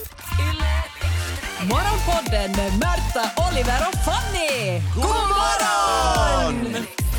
Morgonpodden med Märta, Oliver och Fanny! God morgon!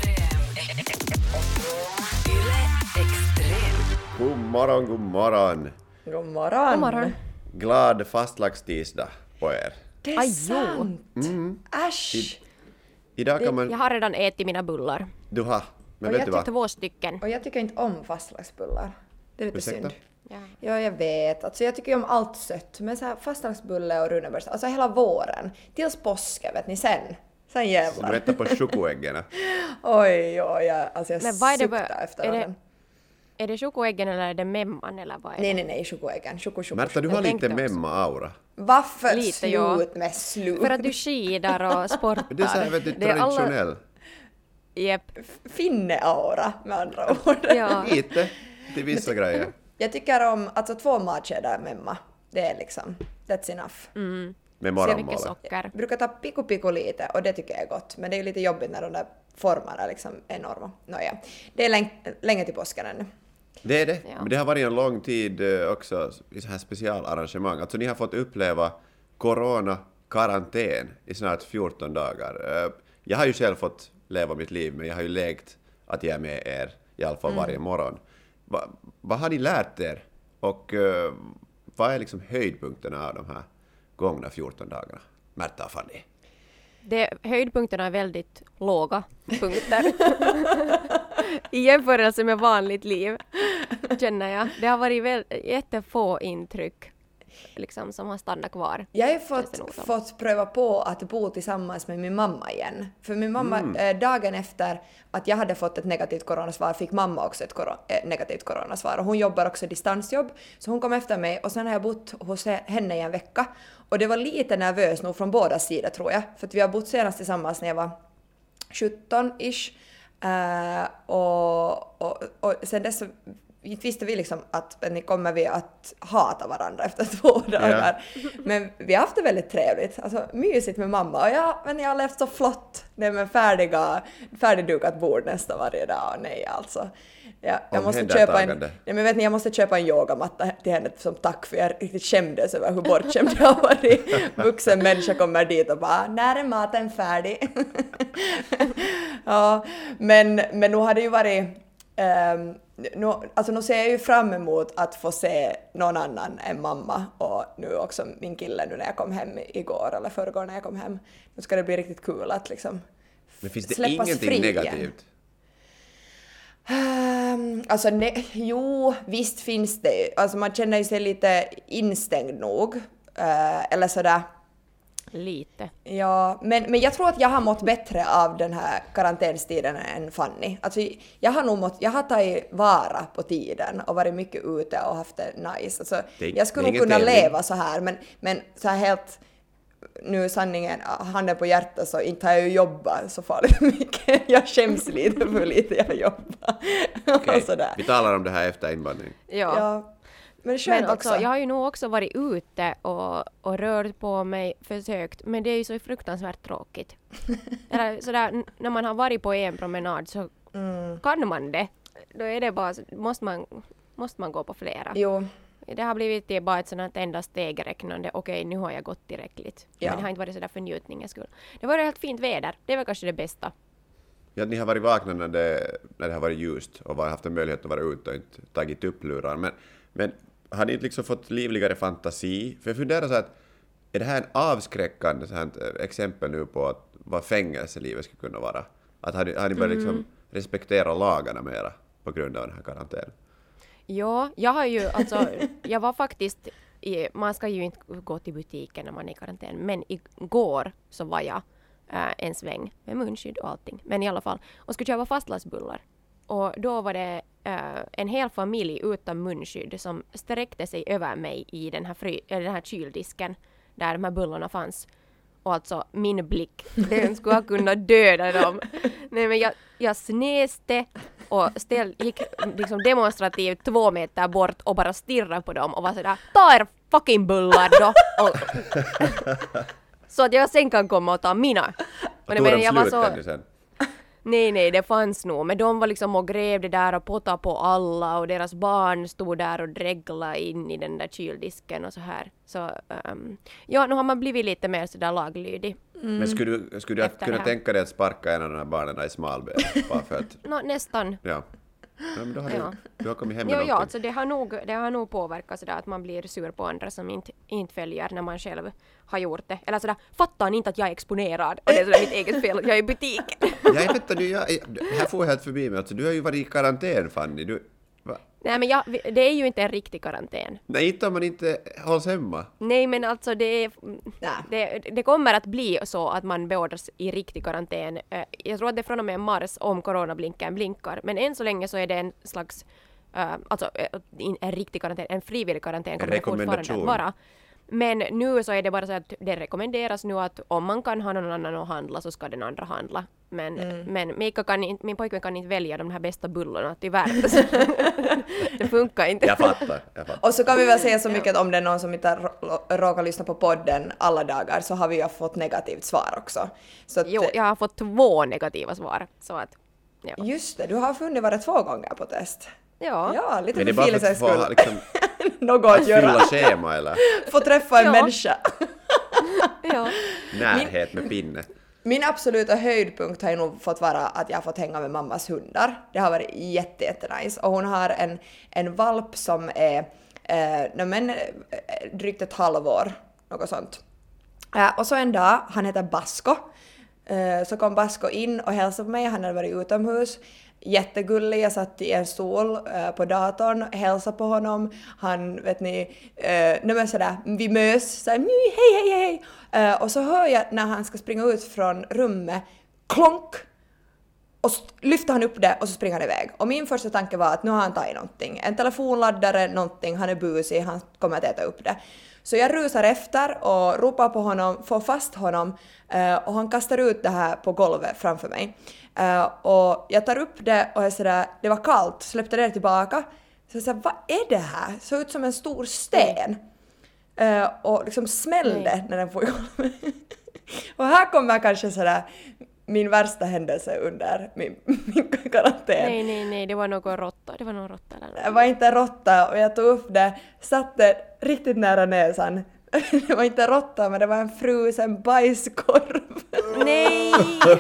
God morgon, god morgon. God morgon. God morgon. Glad fastlagstidsdag på er. Det är sant. Äsch. Idag kan Jag man... har redan ätit mina bullar. Du har, men Och vet jag du vad? 2 stycken. Och jag tycker inte om fastlagsbullar. Det är lite Ursäkta? synd. Ja. Ja, jag vet. Alltså jag tycker om allt sött. Men så här fastlagsbulle och runebörs, alltså hela våren. Tills påsken, vet ni, sen Du jävlar. väntar på chokoäggen. Oj, alltså jag Men vad är det suktar efter är den. Är det chokoäggen eller är det memman eller vad är det? Nej, chokoäggen. Choko. Märta, du har Jag lite tänkte också. memma-aura. Varför Lite, ja. slut med slut? För att du skidar och sportar. Det är så här, vet du, Det är alla- traditionell. Japp. Finne-aura med andra ord. Ja. Lite till vissa grejer. Jag tycker om, alltså 2 matskedar memma. Det är liksom, that's enough. Med Så mycket morgonmålet. socker. Jag brukar ta pico lite och det tycker jag är gott. Men det är ju lite jobbigt när de där formarna är liksom enorma. Nåja, det är länge till påsken ännu. Det är det. Ja. Men det har varit en lång tid också i så här specialarrangemang. Alltså ni har fått uppleva corona-karantän i snart 14 dagar. Jag har ju själv fått leva mitt liv, men jag har ju lekt att jag är med er i alla fall varje morgon. Vad har ni lärt er? Och vad är liksom höjdpunkterna av de här gångna 14 dagarna? Märta och Fanny. Höjdpunkterna är väldigt låga punkter. I jämförelse med vanligt liv, känner jag. Det har varit jättefå intryck liksom, som har stannat kvar. Jag har ju Känns det nog som. fått pröva på att bo tillsammans med min mamma igen. För min mamma, dagen efter att jag hade fått ett negativt coronasvar, fick mamma också ett negativt coronasvar. Och hon jobbar också distansjobb, så hon kom efter mig och sen har jag bott hos henne i en vecka. Och det var lite nervös nog från båda sidor tror jag. För att vi har bott senast tillsammans när jag var 17-ish. Och sen dess så visste vi liksom att ni kommer vi att hata varandra efter 2 dagar. Men vi har haft det väldigt trevligt. Alltså mysigt med mamma. Och men jag har levt så flott. Det med färdigdukat bord nästan varje dag. Och nej alltså. Jag måste köpa jag måste köpa en yogamatta till henne som tack för jag riktigt skämdes över hur bortskämd jag har varit. Vuxen människa kommer dit och bara, när är maten färdig? Ja, men nu har det ju varit nu ser jag ju fram emot att få se någon annan än mamma och nu också min kille nu när jag kom hem igår eller förrgår när jag kom hem. Nu ska det bli riktigt kul att liksom Men finns det släppas ingenting fri negativt? Alltså jo, visst finns det. Alltså man känner ju sig lite instängd nog. Eller sådär. Lite. Ja, men jag tror att jag har mått bättre av den här karantänstiden än Fanny. Alltså jag har tagit vara på tiden och varit mycket ute och haft det nice. Alltså, jag skulle nog kunna leva så här, men så här helt nu sanningen, handen på hjärtat, så inte har jag ju jobbat så farligt mycket. Jag skäms lite för lite jag jobbar. Okej, sådär. vi talar om det här efter invandring. Ja. Men det är skönt Men också, också. jag har ju nog också varit ute och rört på mig, försökt, men det är ju så fruktansvärt tråkigt. Eller sådär, när man har varit på en promenad så kan man det. Då är det bara, måste man gå på flera. Jo. Det har blivit bara ett sådant enda stegräknande. Okej, nu har jag gått tillräckligt. Ja. Men det har inte varit sådär för njutningens skull. Det var helt fint väder. Det var kanske det bästa. Ja, ni har varit vakna när det har varit ljust och haft en möjlighet att vara ute och inte tagit upp lurar. Men har ni inte liksom fått livligare fantasi? För jag funderar så att är det här en avskräckande så här exempel nu på att vad fängelselivet skulle kunna vara? Att har ni börjat liksom respektera lagarna mera på grund av den här karantänen? Ja, jag har ju jag var faktiskt man ska ju inte gå till butiken när man är i karantän, men igår så var jag en sväng med munskydd och allting, men i alla fall, och skulle köpa fastlagsbullar. Och då var det en hel familj utan munskydd som sträckte sig över mig i den här kyldisken där de här bullarna fanns. Och alltså min blick, den skulle ha kunnat döda dem. Nej, men jag snäste och gick liksom demonstrativt 2 meter bort och bara stirrade på dem och var sådär, ta er fucking bullar då! Så att jag sen kan komma och ta mina. Och tog de slut ännu sen? Nej, det fanns nog. Men de var liksom och grävde där och pottade på alla och deras barn stod där och dreglade in i den där kyldisken och så här. Så ja, nu har man blivit lite mer sådär laglydig. Men skulle du kunna tänka dig att sparka en av de här barnen i smalben? Bara för att... Nästan. Ja. Ja, men då har du har kommit hem med Ja, någonting. alltså det har nog påverkat sådär att man blir sur på andra som inte följer när man själv har gjort det. Eller sådär, fattar ni inte att jag är exponerad? Och det är sådär mitt eget fel, jag är i butiken. Jag vet inte, här får jag helt förbi mig. Alltså, du har ju varit i karantän, Fanny. Nej, men det är ju inte en riktig karantän. Nej, inte om man inte hålls hemma. Nej, men alltså det kommer att bli så att man beordras i riktig karantän. Jag tror att det är från och med mars om coronablinken blinkar. Men än så länge så är det en slags, en riktig karantän, en frivillig karantän kommer det fortfarande att vara. Men nu så är det bara så att det rekommenderas nu att om man kan ha någon annan att handla så ska den andra handla. Men min pojkvän kan inte välja de här bästa bullorna, tyvärr. Det funkar inte. Jag fattar. Och så kan vi väl säga så mycket att om det är någon som inte råkar lyssna på podden alla dagar så har vi ju fått negativt svar också. Så att, jo, jag har fått 2 negativa svar. Så att, ja. Just det, du har funnit bara 2 gånger på test. Ja, lite men det är för bara filesens för att skull. få liksom, Något att göra. fylla schema eller Få träffa en människa. Ja. närhet med pinne. Min absoluta höjdpunkt har ju nog fått vara att jag har fått hänga med mammas hundar. Det har varit jättenice. Och hon har en valp som är drygt ett halvår, något sånt. Och så en dag, han heter Basko. Så kom Basko in och hälsade på mig, han hade varit utomhus. Jättegullig, jag satt i en stol på datorn, hälsade på honom. Han, vet ni, sådär, vi mös, såhär, hej. Och så hör jag när han ska springa ut från rummet, klonk! Och lyfter han upp det och så springer han iväg. Och min första tanke var att nu har han tagit någonting. En telefonladdare, någonting, han är busig, han kommer att äta upp det. Så jag rusar efter och ropar på honom, får fast honom och han kastar ut det här på golvet framför mig. Och jag tar upp det och jag sådär, det var kallt, släppte det tillbaka. Så jag såhär, vad är det här? Såg ut som en stor sten. Och liksom smällde när den får i golvet. Och här kommer kanske sådär min värsta händelse under min karantän. Nej, det var någon råtta. Det var någon råtta eller något. Det var inte råtta och jag tog upp det, satte riktigt nära näsan. Det var inte råtta men det var en frusen bajskorv. Nej!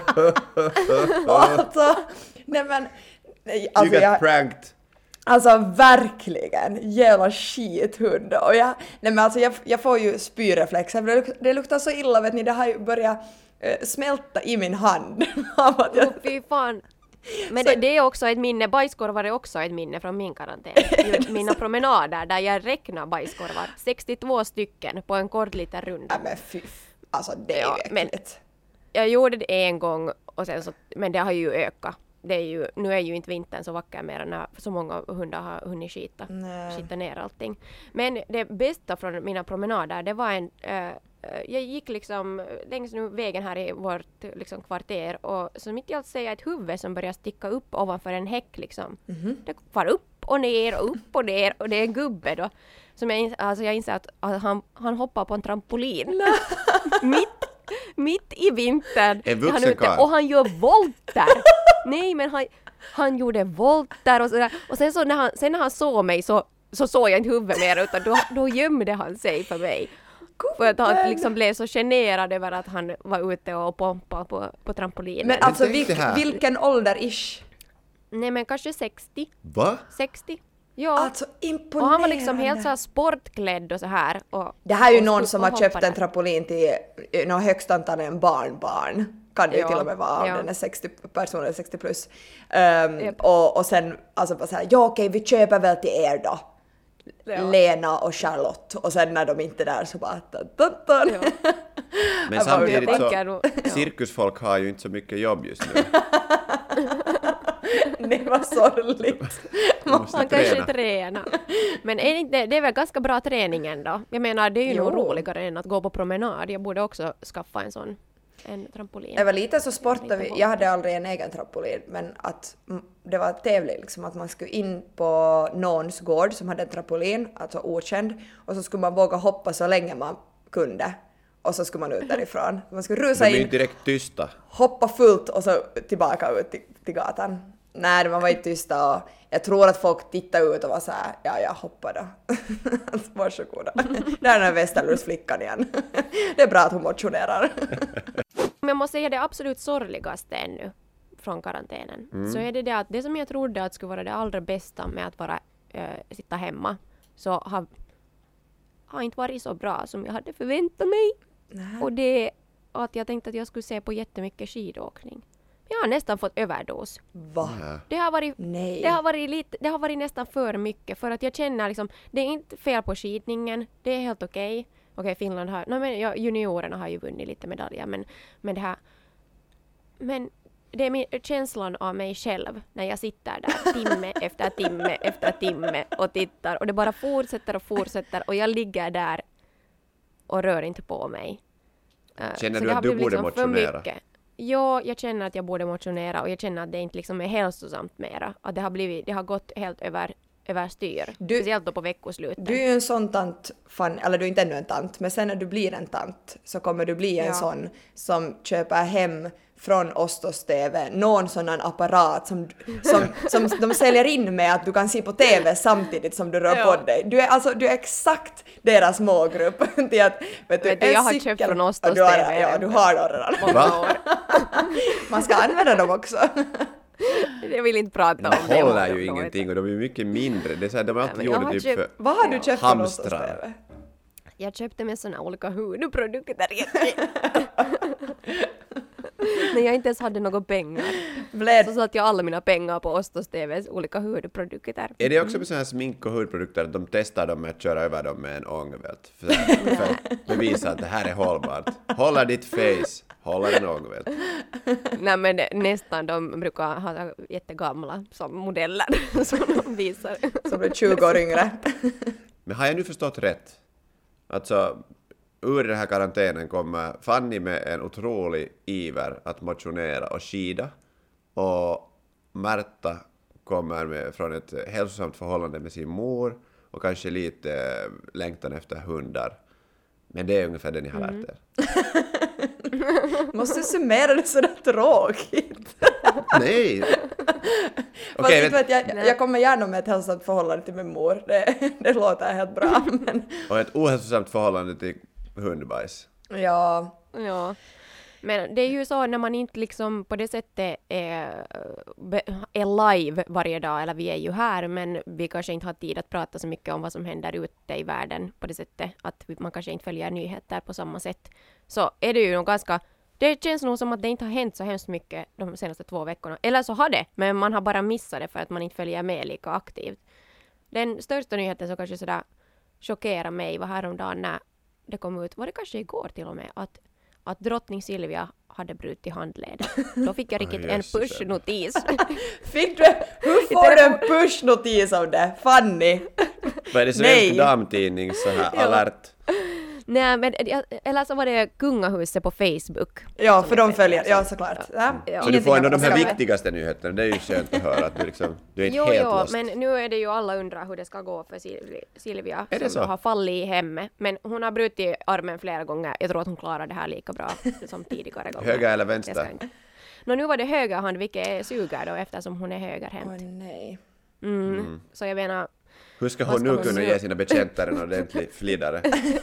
Alltså, nej men... Alltså, you got pranked. Alltså verkligen, jävla skithund. Och jag får ju spyreflexer. Det luktar så illa, vet ni, det har ju börjat smälta i min hand. Fy fan. Men det är också ett minne, bajskorvar är också ett minne från min karantän. Mina promenader där jag räknar bajskorvar, 62 stycken på en kort liten runda. Ja men fy, alltså det är ju äckligt. Jag gjorde det en gång, och sen så, men det har ju ökat. Nu är ju inte vintern så vacker mer när så många hundar har hunnit skita ner allting. Men det bästa från mina promenader, det var jag gick liksom längs vägen här i vårt liksom kvarter och så mitt i allt ser jag ett huvud som börjar sticka upp ovanför en häck liksom. Det far upp och ner och det är en gubbe då. Som jag inser att han hoppar på en trampolin. Mitt i vintern. En vuxen karl. Och han gör volter. Nej, men han gjorde volter och sådär. Och sen när han såg mig så såg jag inte huvudet mer utan då gömde han sig för mig. För att han liksom blev så generad över att han var ute och pompade på trampolinen. Men alltså vilken ålder-ish? Nej, men kanske 60. Va? 60. Ja. Alltså imponerande. Och han var liksom helt så här sportklädd och så här. Det här är ju någon som har köpt en trampolin till högst antagligen barnbarn. Kan det ju till och med vara om den är 60 personer, 60 plus. Och sen alltså bara så här, okej, vi köper väl till er då. Ja. Lena och Charlotte. Och sen när de inte är där så bara... Ja. Men samtidigt så... Cirkusfolk har ju inte så mycket jobb just nu. Det var sorgligt. Man kanske träna. Men det är väl ganska bra träning ändå. Jag menar, det är ju nog roligare än att gå på promenad. Jag borde också skaffa en trampolin. Det var lite så sportade jag hade aldrig en egen trampolin, men att det var tävling liksom att man skulle in på någons gård som hade en trampolin, alltså okänd, och så skulle man våga hoppa så länge man kunde. och så skulle man ut därifrån. Man skulle rusa De är ju in, direkt tysta. hoppa fullt och så tillbaka ut till gatan. Nej, man var inte tysta och jag tror att folk tittade ut och var så här, ja, jag hoppar då. Varsågoda. Där är den här Västerlundsflickan igen. Det är bra att hon motionerar. Men jag måste säga det absolut sorgligaste ännu från karantänen. Så är det att det som jag trodde att skulle vara det allra bästa med att bara sitta hemma så har inte varit så bra som jag hade förväntat mig. Och det är att jag tänkte att jag skulle se på jättemycket skidåkning. Jag har nästan fått överdos. Va? Det har varit, Nej. det har varit nästan för mycket för att jag känner liksom, det är inte fel på skidningen, det är helt okej. Okej, Finland har, juniorerna har ju vunnit lite medaljer, men det här, men det är känslan av mig själv när jag sitter där timme efter timme efter timme och tittar och det bara fortsätter och jag ligger där och rör inte på mig. Känner så du det att du borde liksom motionera? Ja, jag känner att jag borde motionera och jag känner att det inte liksom är hälsosamt mera. Att det har gått helt överstyr. Speciellt då på veckosluten. Du är ju en sån tant, eller du är inte ännu en tant, men sen när du blir en tant så kommer du bli en sån som köper hem från Ostos TV någon sån apparat som de säljer in med att du kan se på TV samtidigt som du rör på dig. Du är exakt deras målgrupp. Till att, vet du, jag har köpt från Ostos TV. Ja, du har dem redan. Många år. Man ska använda dem också. Jag vill inte prata om det. De håller ju ingenting och de är mycket mindre. Det är så här, de har alltid gjort typ för Vad har du köpt från Ostos hamstrar. TV? Jag köpte med såna olika hudprodukter. När jag inte ens hade några pengar. Så satt jag alla mina pengar på Ostos TVs olika hudprodukter. Är det också med sådana här smink- och hudprodukter att de testar dem med att köra över dem med en ångvält? För att bevisa att det här är hållbart. Håller ditt face, håller en ångvält. Nej, men nästan, de brukar ha jättegamla som modeller som de visar. Som är 20 år yngre. Men har jag nu förstått rätt? Alltså, ur den här karantänen kommer Fanny med en otrolig iver att motionera och skida. Och Märta kommer från ett hälsosamt förhållande med sin mor och kanske lite längtan efter hundar. Men det är ungefär det ni har lärt er. Måste summera det sådär tråkigt. Nej! Okej, jag kommer gärna med ett hälsosamt förhållande till min mor. Det låter helt bra. Men... Och ett ohälsosamt förhållande till hundbajs. Ja. Men det är ju så när man inte liksom på det sättet är live varje dag, eller vi är ju här, men vi kanske inte har tid att prata så mycket om vad som händer ute i världen på det sättet att man kanske inte följer nyheter på samma sätt. Så är det ju nog ganska, det känns nog som att det inte har hänt så hemskt mycket de senaste 2 veckorna. Eller så har det, men man har bara missat det för att man inte följer med lika aktivt. Den största nyheten som kanske sådär chockerade mig var häromdagen när det kom ut, var det kanske igår till och med, att drottning Silvia hade brutit handleden. Då fick jag riktigt en pushnotis. Hur får du en pushnotis av det? Fanny? Vad är det svensk damtidning så här alert? Nej, men eller så var det kungahuset på Facebook. Ja, för de följer, ja såklart. Ja. Så du får ändå de här viktigaste nyheterna, det är ju skönt att höra att du är inte helt lost. Men nu är det ju alla undrar hur det ska gå för Silvia som har fallit i hemmet. Men hon har brutit armen flera gånger. Jag tror att hon klarar det här lika bra som tidigare gånger. Höger eller vänster? Nu var det högerhand, vilket suger då eftersom hon är högerhänt. Nej. Så jag menar... Hur ska hon nu kunna ge sina betjänter en ordentlig flidare?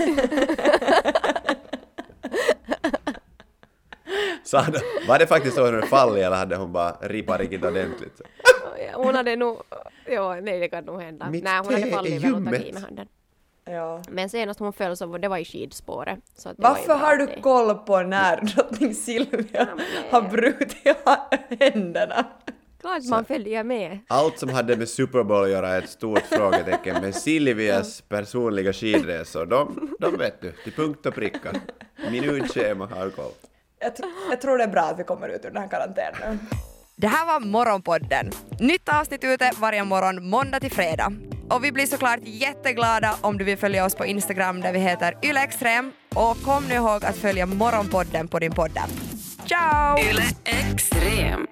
Så var det faktiskt så att hon fallit eller hade hon bara ripat riktigt ordentligt? Hon hade nog... Ja, nej, det kan nog hända. Nej, hon hade fallit väl och tagit med handen. Ja. Men senast hon föll så det var i skidspåret. Så att varför har du koll på när drottning Silvia har brutit händerna? Klart man följer med. Allt som hade med Super Bowl att göra är ett stort frågetecken. Men Silvias personliga skidresor, de vet du, till punkt och pricka. Minutschema har koll. Jag tror det är bra att vi kommer ut ur den här karantänen. Det här var Morgonpodden. Nytt avsnitt ute varje morgon måndag till fredag. Och vi blir såklart jätteglada om du vill följa oss på Instagram där vi heter YleExtrem. Och kom nu ihåg att följa Morgonpodden på din podd. Ciao! Yle Extrem.